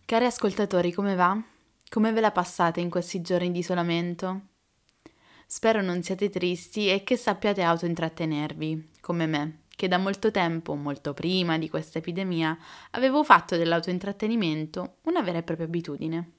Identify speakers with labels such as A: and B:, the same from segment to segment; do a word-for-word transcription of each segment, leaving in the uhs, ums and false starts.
A: Cari ascoltatori, come va? Come ve la passate in questi giorni di isolamento? Spero non siate tristi e che sappiate autointrattenervi, come me, che da molto tempo, molto prima di questa epidemia, avevo fatto dell'autointrattenimento una vera e propria abitudine.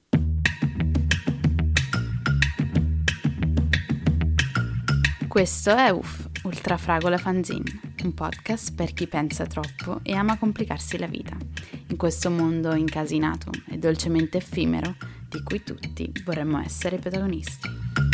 A: Questo è U F, Ultrafragola Fanzine, un podcast per chi pensa troppo e ama complicarsi la vita, in questo mondo incasinato e dolcemente effimero di cui tutti vorremmo essere protagonisti.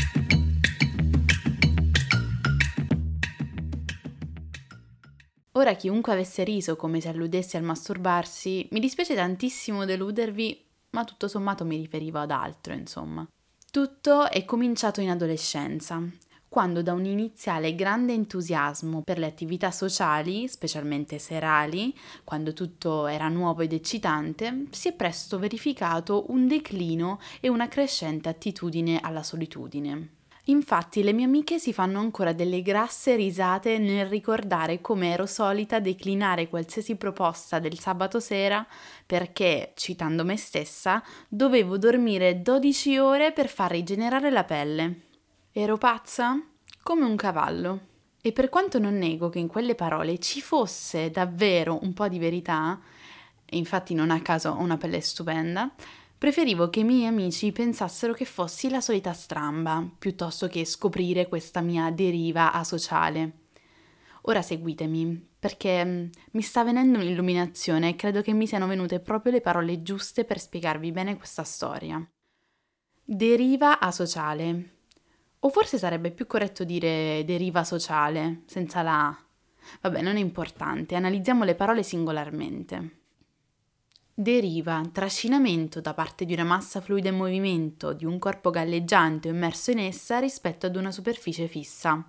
A: Ora chiunque avesse riso come se alludessi al masturbarsi, mi dispiace tantissimo deludervi, ma tutto sommato mi riferivo ad altro, insomma. Tutto è cominciato in adolescenza, quando da un iniziale grande entusiasmo per le attività sociali, specialmente serali, quando tutto era nuovo ed eccitante, si è presto verificato un declino e una crescente attitudine alla solitudine. Infatti le mie amiche si fanno ancora delle grasse risate nel ricordare come ero solita declinare qualsiasi proposta del sabato sera perché, citando me stessa, dovevo dormire dodici ore per far rigenerare la pelle. Ero pazza? Come un cavallo. E per quanto non nego che in quelle parole ci fosse davvero un po' di verità, e infatti non a caso ho una pelle stupenda, preferivo che i miei amici pensassero che fossi la solita stramba, piuttosto che scoprire questa mia deriva asociale. Ora seguitemi, perché mm, mi sta venendo un'illuminazione e credo che mi siano venute proprio le parole giuste per spiegarvi bene questa storia. Deriva asociale. O forse sarebbe più corretto dire deriva sociale, senza la A. Vabbè, non è importante, analizziamo le parole singolarmente. Deriva, trascinamento da parte di una massa fluida in movimento, di un corpo galleggiante o immerso in essa rispetto ad una superficie fissa.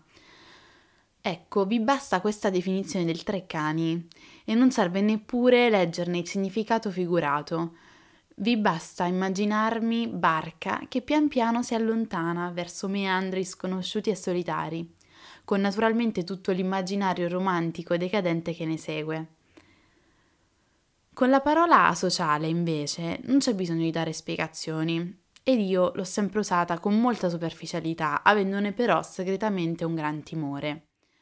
A: Ecco, vi basta questa definizione del Treccani e non serve neppure leggerne il significato figurato. Vi basta immaginarmi barca che pian piano si allontana verso meandri sconosciuti e solitari, con naturalmente tutto l'immaginario romantico e decadente che ne segue. Con la parola asociale, invece, non c'è bisogno di dare spiegazioni, ed io l'ho sempre usata con molta superficialità, avendone però segretamente un gran timore.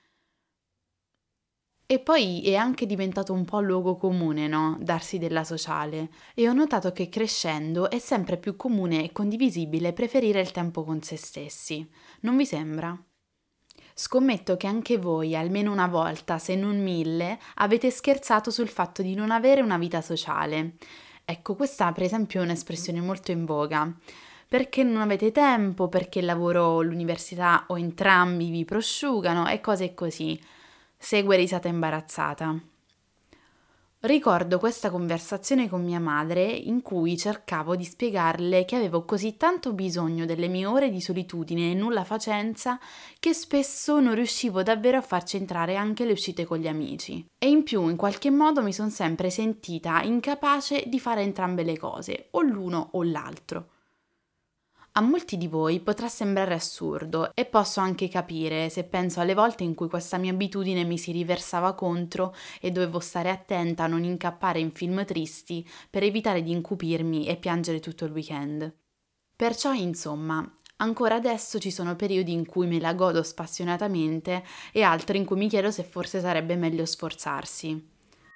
A: E poi è anche diventato un po' luogo comune, no? Darsi della sociale. E ho notato che crescendo è sempre più comune e condivisibile preferire il tempo con se stessi. Non vi sembra? Scommetto che anche voi, almeno una volta, se non mille, avete scherzato sul fatto di non avere una vita sociale. Ecco, questa per esempio è un'espressione molto in voga. Perché non avete tempo, perché il lavoro o l'università o entrambi vi prosciugano e cose così. Segue risata imbarazzata. Ricordo questa conversazione con mia madre in cui cercavo di spiegarle che avevo così tanto bisogno delle mie ore di solitudine e nulla facenza che spesso non riuscivo davvero a farci entrare anche le uscite con gli amici. E in più, in qualche modo, mi sono sempre sentita incapace di fare entrambe le cose, o l'uno o l'altro. A molti di voi potrà sembrare assurdo e posso anche capire se penso alle volte in cui questa mia abitudine mi si riversava contro e dovevo stare attenta a non incappare in film tristi per evitare di incupirmi e piangere tutto il weekend. Perciò, insomma, ancora adesso ci sono periodi in cui me la godo spassionatamente e altri in cui mi chiedo se forse sarebbe meglio sforzarsi.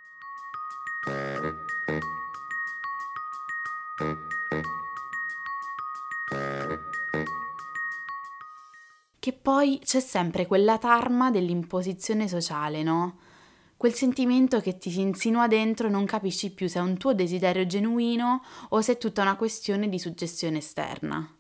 A: Che poi c'è sempre quella tarma dell'imposizione sociale, no? Quel sentimento che ti si insinua dentro e non capisci più se è un tuo desiderio genuino o se è tutta una questione di suggestione esterna.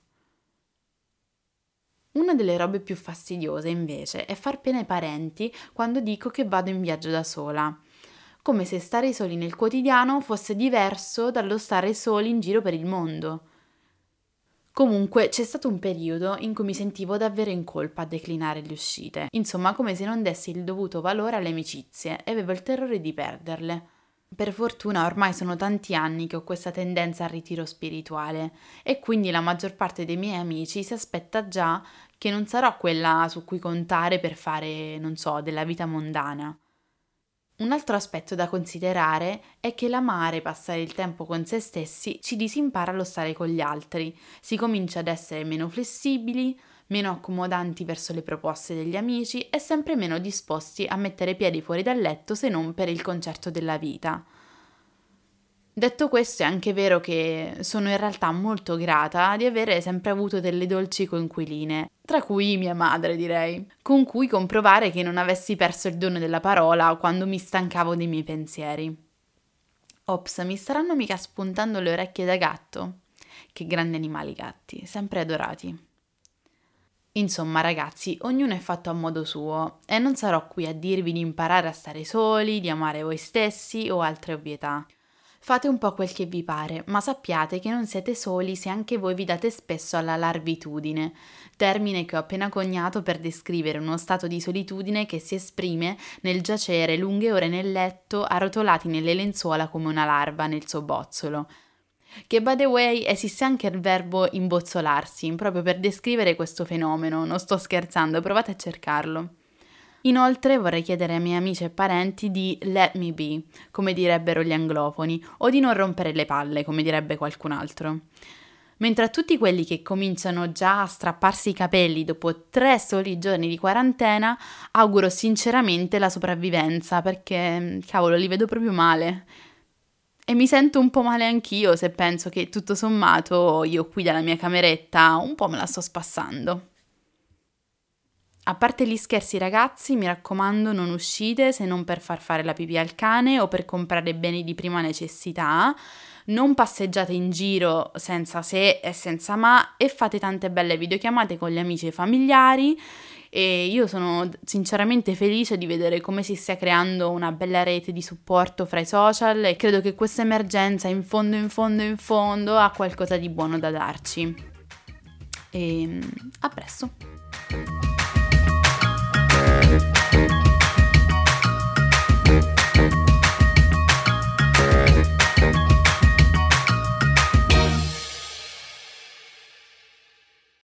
A: Una delle robe più fastidiose, invece, è far pena ai parenti quando dico che vado in viaggio da sola. Come se stare soli nel quotidiano fosse diverso dallo stare soli in giro per il mondo. Comunque c'è stato un periodo in cui mi sentivo davvero in colpa a declinare le uscite, insomma come se non dessi il dovuto valore alle amicizie e avevo il terrore di perderle. Per fortuna ormai sono tanti anni che ho questa tendenza al ritiro spirituale e quindi la maggior parte dei miei amici si aspetta già che non sarò quella su cui contare per fare, non so, della vita mondana. Un altro aspetto da considerare è che l'amare passare il tempo con se stessi ci disimpara lo stare con gli altri, si comincia ad essere meno flessibili, meno accomodanti verso le proposte degli amici e sempre meno disposti a mettere piedi fuori dal letto se non per il concerto della vita. Detto questo, è anche vero che sono in realtà molto grata di avere sempre avuto delle dolci coinquiline, tra cui mia madre, direi, con cui comprovare che non avessi perso il dono della parola quando mi stancavo dei miei pensieri. Ops, mi staranno mica spuntando le orecchie da gatto? Che grandi animali gatti, sempre adorati. Insomma, ragazzi, ognuno è fatto a modo suo e non sarò qui a dirvi di imparare a stare soli, di amare voi stessi o altre ovvietà. Fate un po' quel che vi pare, ma sappiate che non siete soli se anche voi vi date spesso alla larvitudine, termine che ho appena coniato per descrivere uno stato di solitudine che si esprime nel giacere lunghe ore nel letto, arrotolati nelle lenzuola come una larva nel suo bozzolo. Che by the way esiste anche il verbo imbozzolarsi, proprio per descrivere questo fenomeno, non sto scherzando, provate a cercarlo. Inoltre vorrei chiedere ai miei amici e parenti di let me be, come direbbero gli anglofoni, o di non rompere le palle, come direbbe qualcun altro. Mentre a tutti quelli che cominciano già a strapparsi i capelli dopo tre soli giorni di quarantena, auguro sinceramente la sopravvivenza, perché, cavolo, li vedo proprio male. E mi sento un po' male anch'io se penso che tutto sommato io qui dalla mia cameretta un po' me la sto spassando. A parte gli scherzi ragazzi, mi raccomando non uscite se non per far fare la pipì al cane o per comprare beni di prima necessità, non passeggiate in giro senza se e senza ma e fate tante belle videochiamate con gli amici e familiari e io sono sinceramente felice di vedere come si stia creando una bella rete di supporto fra i social e credo che questa emergenza in fondo in fondo in fondo ha qualcosa di buono da darci. E a presto!